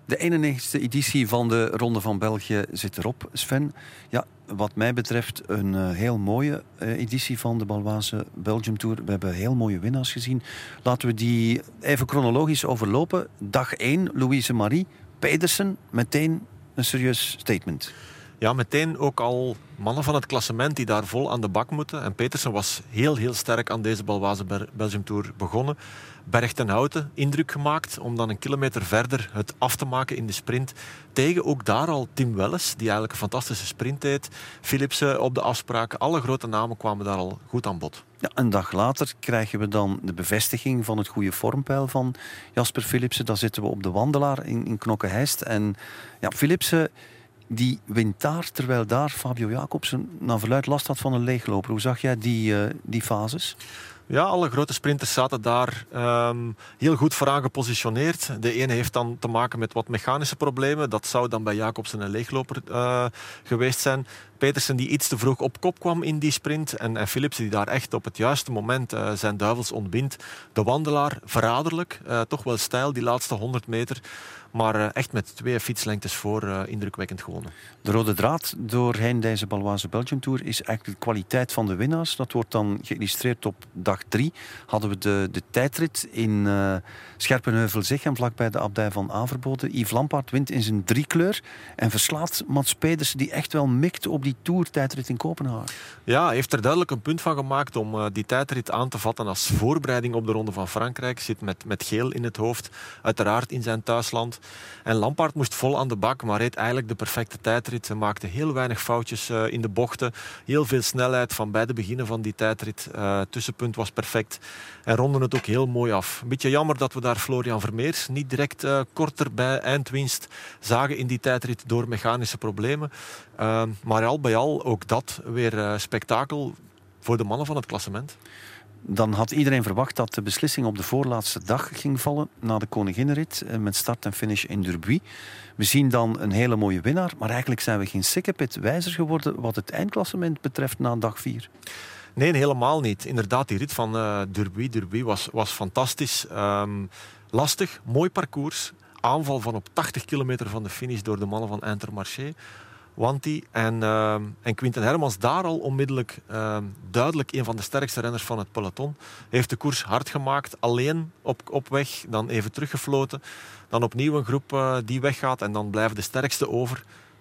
De 91e editie van de Ronde van België zit erop, Sven. Ja, wat mij betreft een heel mooie editie van de Baloise Belgium Tour. We hebben heel mooie winnaars gezien. Laten we die even chronologisch overlopen. Dag 1, Louise Marie, Pedersen, meteen een serieus statement. Ja, meteen ook al mannen van het klassement die daar vol aan de bak moeten. En Petersen was heel sterk aan deze Baloise Belgium Tour begonnen. Berg ten Houten, indruk gemaakt om dan een kilometer verder het af te maken in de sprint. Tegen ook daar al Tim Welles, die eigenlijk een fantastische sprint deed. Philipsen op de afspraak. Alle grote namen kwamen daar al goed aan bod. Ja, een dag later krijgen we dan de bevestiging van het goede vormpeil van Jasper Philipsen. Dan zitten we op de Wandelaar in Knokke-Heist. En ja, Philipsen die wint daar, terwijl daar Fabio Jacobsen naar verluidt last had van een leegloper. Hoe zag jij die fases? Ja, alle grote sprinters zaten daar heel goed vooraan gepositioneerd. De ene heeft dan te maken met wat mechanische problemen. Dat zou dan bij Jacobsen een leegloper geweest zijn. Petersen die iets te vroeg op kop kwam in die sprint. En Philipsen die daar echt op het juiste moment zijn duivels ontbindt. De Wandelaar, verraderlijk. Toch wel stijl, die laatste 100 meter. Maar echt met 2 fietslengtes voor indrukwekkend gewonnen. De rode draad doorheen deze Baloise Belgium Tour is eigenlijk de kwaliteit van de winnaars. Dat wordt dan geïllustreerd op dag 3. Hadden we de tijdrit in Scherpenheuvel-Zichem, vlakbij de abdij van Averboden. Yves Lampaert wint in zijn 3-kleur en verslaat Mats Pedersen, die echt wel mikt op die Tour-tijdrit in Kopenhagen. Ja, hij heeft er duidelijk een punt van gemaakt om die tijdrit aan te vatten als voorbereiding op de Ronde van Frankrijk. Zit met geel in het hoofd, uiteraard in zijn thuisland. En Lampaert moest vol aan de bak, maar reed eigenlijk de perfecte tijdrit. Hij maakte heel weinig foutjes in de bochten. Heel veel snelheid van bij de beginnen van die tijdrit. Tussenpunt was perfect. En ronden het ook heel mooi af. Een beetje jammer dat we daar Florian Vermeers niet direct korter bij eindwinst zagen in die tijdrit door mechanische problemen. Maar al bij al ook dat weer spektakel voor de mannen van het klassement. Dan had iedereen verwacht dat de beslissing op de voorlaatste dag ging vallen na de Koninginnenrit met start en finish in Durbuy. We zien dan een hele mooie winnaar, maar eigenlijk zijn we geen sikkepit wijzer geworden wat het eindklassement betreft na dag 4. Nee, helemaal niet. Inderdaad, die rit van Durbuy was fantastisch. Lastig, mooi parcours. Aanval van op 80 kilometer van de finish door de mannen van Intermarché. Wanty en Quinten Hermans daar al onmiddellijk duidelijk een van de sterkste renners van het peloton. Heeft de koers hard gemaakt, alleen op weg, dan even teruggefloten. Dan opnieuw een groep die weggaat en dan blijven de sterkste over.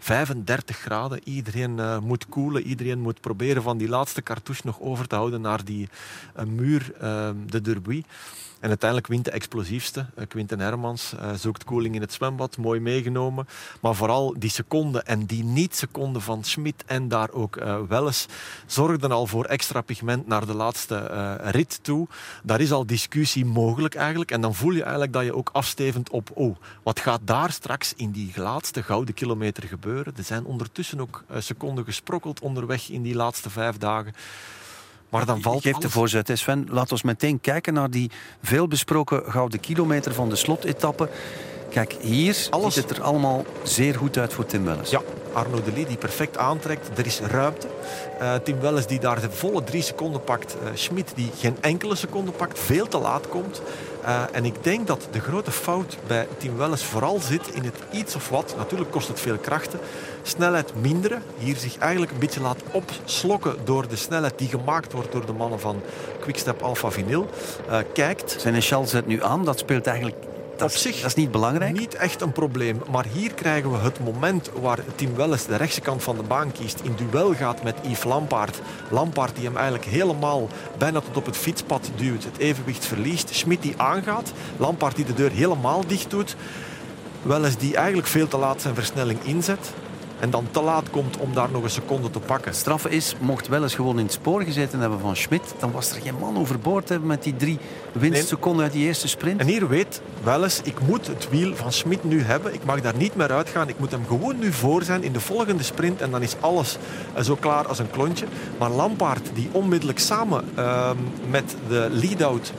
35 graden, iedereen moet koelen, iedereen moet proberen van die laatste cartouche nog over te houden naar die muur, de Durbuy. En uiteindelijk wint de explosiefste, Quinten Hermans, zoekt koeling in het zwembad, mooi meegenomen. Maar vooral die seconde en die niet-seconde van Schmid en daar ook Welles zorgden al voor extra pigment naar de laatste rit toe. Daar is al discussie mogelijk eigenlijk. En dan voel je eigenlijk dat je ook afstevend op, wat gaat daar straks in die laatste gouden kilometer gebeuren? Er zijn ondertussen ook seconden gesprokkeld onderweg in die laatste 5 dagen. Maar dan valt Geef de voorzet, Sven. Laten we meteen kijken naar die veelbesproken gouden kilometer van de slotetappe. Kijk, hier ziet het er allemaal zeer goed uit voor Tim Welles. Ja, Arnaud Delis die perfect aantrekt. Er is ruimte. Tim Welles die daar de volle 3 seconden pakt. Schmid die geen enkele seconde pakt. Veel te laat komt. En ik denk dat de grote fout bij Tim Welles vooral zit in het iets of wat. Natuurlijk kost het veel krachten. Snelheid minderen. Hier zich eigenlijk een beetje laat opslokken door de snelheid die gemaakt wordt door de mannen van Quickstep Alpha Vinyl. Kijkt. Zijn Echal zet nu aan. Dat speelt eigenlijk... Dat is niet belangrijk. Niet echt een probleem. Maar hier krijgen we het moment waar Tim Welles de rechtse kant van de baan kiest. In duel gaat met Yves Lampaert. Lampaert die hem eigenlijk helemaal bijna tot op het fietspad duwt. Het evenwicht verliest. Schmid die aangaat. Lampaert die de deur helemaal dicht doet. Welles die eigenlijk veel te laat zijn versnelling inzet. En dan te laat komt om daar nog een seconde te pakken. Straffe is, mocht Welles gewoon in het spoor gezeten hebben van Schmid, dan was er geen man overboord hebben met die 3 winstseconden uit die eerste sprint. En hier weet Welles, ik moet het wiel van Schmid nu hebben. Ik mag daar niet meer uitgaan. Ik moet hem gewoon nu voor zijn in de volgende sprint. En dan is alles zo klaar als een klontje. Maar Lampaert, die onmiddellijk samen met de lead-out...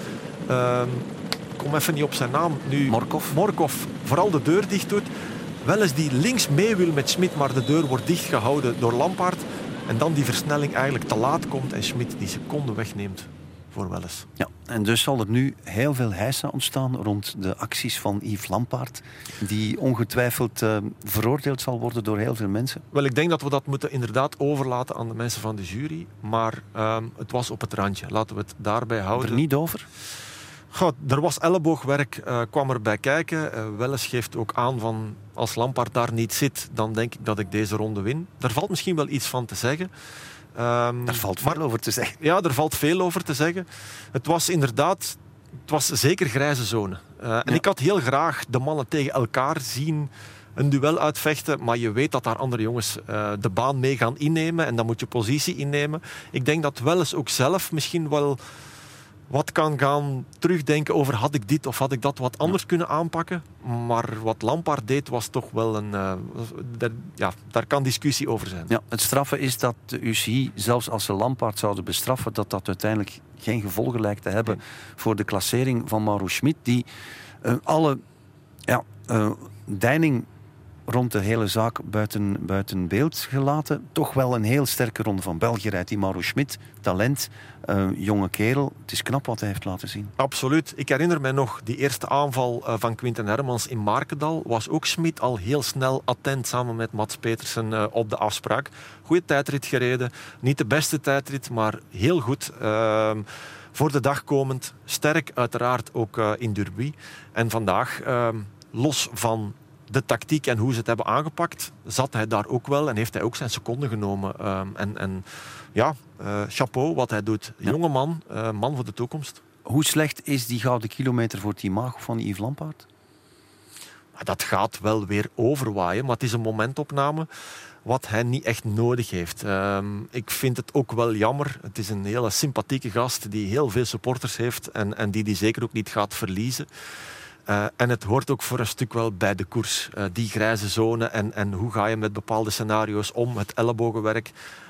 ik kom even niet op zijn naam nu. Morkov vooral de deur dicht doet. Welles die links mee wil met Schmid, maar de deur wordt dichtgehouden door Lampaert. En dan die versnelling eigenlijk te laat komt en Schmid die seconde wegneemt voor Welles. Ja, en dus zal er nu heel veel heisa ontstaan rond de acties van Yves Lampaert, die ongetwijfeld veroordeeld zal worden door heel veel mensen. Wel, ik denk dat we dat moeten inderdaad overlaten aan de mensen van de jury, maar het was op het randje. Laten we het daarbij houden. Er niet over? Goh, er was elleboogwerk, kwam erbij kijken. Welles geeft ook aan van, als Lampaert daar niet zit, dan denk ik dat ik deze ronde win. Daar valt misschien wel iets van te zeggen. Daar valt veel over te zeggen. Ja, er valt veel over te zeggen. Het was inderdaad, het was zeker grijze zone. En ik had heel graag de mannen tegen elkaar zien een duel uitvechten, maar je weet dat daar andere jongens de baan mee gaan innemen en dan moet je positie innemen. Ik denk dat Welles ook zelf misschien wel wat kan gaan terugdenken over had ik dit of had ik dat wat anders kunnen aanpakken. Maar wat Lampaert deed was toch wel een... daar kan discussie over zijn. Ja, het straffe is dat de UCI, zelfs als ze Lampaert zouden bestraffen, dat uiteindelijk geen gevolgen lijkt te hebben voor de klassering van Mauro Schmid, die alle deining rond de hele zaak buiten beeld gelaten, toch wel een heel sterke ronde van België rijdt. Die Mauro Schmid, talent, jonge kerel. Het is knap wat hij heeft laten zien. Absoluut. Ik herinner mij nog, die eerste aanval van Quinten Hermans in Markendal was ook Schmid al heel snel attent samen met Mats Petersen op de afspraak. Goeie tijdrit gereden. Niet de beste tijdrit, maar heel goed. Voor de dag komend. Sterk uiteraard ook in Derby. En vandaag, los van de tactiek en hoe ze het hebben aangepakt, zat hij daar ook wel en heeft hij ook zijn seconden genomen. Chapeau wat hij doet. Jonge man, man voor de toekomst. Hoe slecht is die gouden kilometer voor het imago van Yves Lampaert? Dat gaat wel weer overwaaien, maar het is een momentopname wat hij niet echt nodig heeft. Ik vind het ook wel jammer. Het is een hele sympathieke gast die heel veel supporters heeft en die zeker ook niet gaat verliezen. En het hoort ook voor een stuk wel bij de koers. Die grijze zone en hoe ga je met bepaalde scenario's om. Het ellebogenwerk.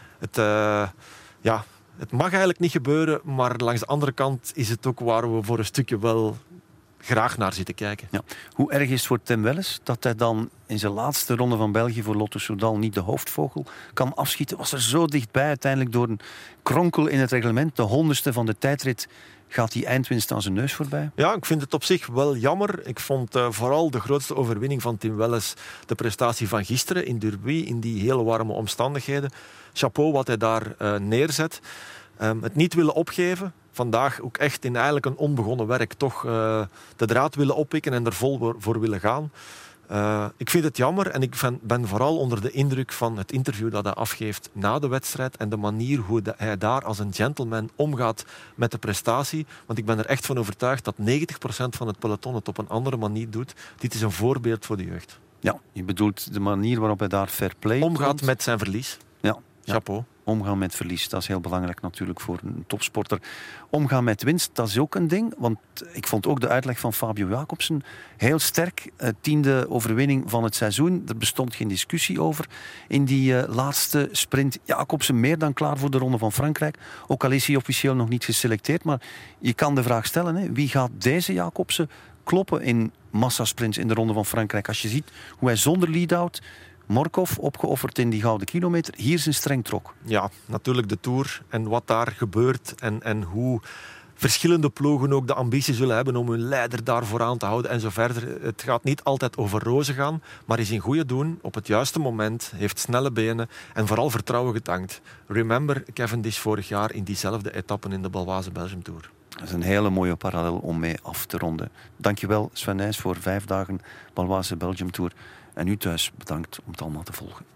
Het mag eigenlijk niet gebeuren, maar langs de andere kant is het ook waar we voor een stukje wel graag naar zitten kijken. Ja. Hoe erg is het voor Tim Welles dat hij dan in zijn laatste ronde van België voor Lotto Soudal niet de hoofdvogel kan afschieten? Was er zo dichtbij uiteindelijk door een kronkel in het reglement. De 100ste van de tijdrit gaat die eindwinst aan zijn neus voorbij. Ja, ik vind het op zich wel jammer. Ik vond vooral de grootste overwinning van Tim Welles de prestatie van gisteren in Derby, in die hele warme omstandigheden. Chapeau wat hij daar neerzet. Het niet willen opgeven. Vandaag ook echt in eigenlijk een onbegonnen werk toch de draad willen oppikken en er vol voor willen gaan. Ik vind het jammer en ik ben vooral onder de indruk van het interview dat hij afgeeft na de wedstrijd en de manier hoe hij daar als een gentleman omgaat met de prestatie. Want ik ben er echt van overtuigd dat 90% van het peloton het op een andere manier doet. Dit is een voorbeeld voor de jeugd. Ja, je bedoelt de manier waarop hij daar fair play omgaat met zijn verlies. Ja. Chapeau. Omgaan met verlies, dat is heel belangrijk natuurlijk voor een topsporter. Omgaan met winst, dat is ook een ding. Want ik vond ook de uitleg van Fabio Jacobsen heel sterk. 10e overwinning van het seizoen. Er bestond geen discussie over. In die laatste sprint, Jacobsen meer dan klaar voor de Ronde van Frankrijk. Ook al is hij officieel nog niet geselecteerd. Maar je kan de vraag stellen, hè, wie gaat deze Jacobsen kloppen in massasprints in de Ronde van Frankrijk? Als je ziet hoe hij zonder lead-out, Morkov opgeofferd in die gouden kilometer, hier zijn streng trok. Ja, natuurlijk de Tour en wat daar gebeurt en hoe verschillende ploegen ook de ambitie zullen hebben om hun leider daar vooraan te houden en zo verder. Het gaat niet altijd over rozen gaan, maar is in goede doen, op het juiste moment, heeft snelle benen en vooral vertrouwen getankt. Remember Cavendish vorig jaar in diezelfde etappen in de Baloise Belgium Tour. Dat is een hele mooie parallel om mee af te ronden. Dankjewel Sven Nys voor 5 dagen Baloise Belgium Tour. En u thuis bedankt om het allemaal te volgen.